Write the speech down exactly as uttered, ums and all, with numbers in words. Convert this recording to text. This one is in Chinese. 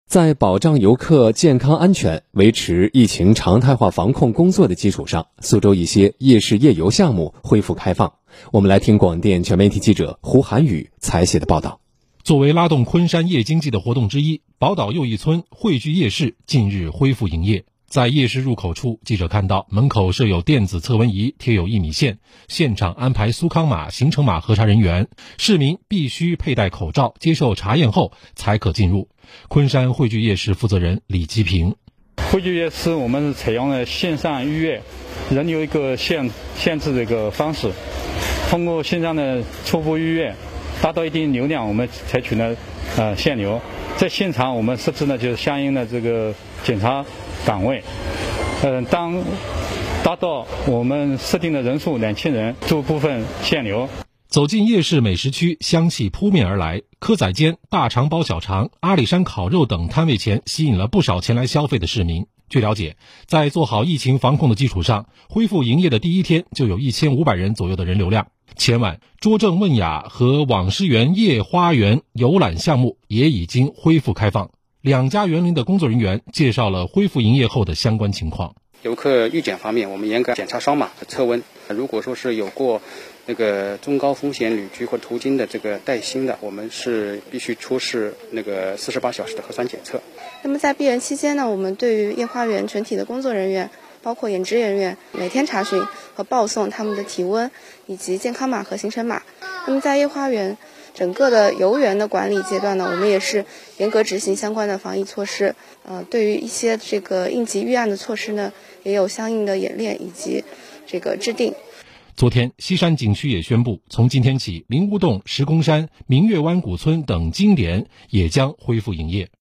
在保障游客健康安全、维持疫情常态化防控工作的基础上，苏州一些夜市夜游项目恢复开放。我们来听广电全媒体记者胡涵宇采写的报道。 作为拉动昆山夜经济的活动之一，宝岛又一村汇聚夜市近日恢复营业。在夜市入口处，记者看到门口设有电子测温仪，贴有一米线，现场安排苏康码、行程码核查人员，市民必须佩戴口罩，接受查验后才可进入。昆山汇聚夜市负责人李基平： 汇聚夜市我们是采用了线上预约，人流一个限限制的一个方式，通过线上的初步预约，达到一定流量，我们采取了呃限流。在现场我们设置呢就是相应的这个检查岗位，呃，当达到我们设定的人数两千人，就部分限流。 走进夜市美食区，香气扑面而来，蚵仔煎、大肠包小肠、阿里山烤肉等摊位前吸引了不少前来消费的市民。据了解，在做好疫情防控的基础上，恢复营业的第一天就有一千五百人左右的人流量。前晚，拙政问雅和网师园夜花园游览项目也已经恢复开放。两家园林的工作人员介绍了恢复营业后的相关情况。 游客预检方面，我们严格检查双码和测温。如果说是有过那个中高风险旅居或途经的这个带薪的，我们是必须出示那个四十八小时的核酸检测。 那么在闭园期间呢，我们对于夜花园全体的工作人员，包括演职人员，每天查询和报送他们的体温以及健康码和行程码。那么在夜花园整个的游园的管理阶段呢，我们也是严格执行相关的防疫措施。呃，对于一些这个应急预案的措施呢，也有相应的演练以及这个制定。 昨天，西山景区也宣布，从今天起，灵乌洞、石公山、明月湾古村等景点也将恢复营业。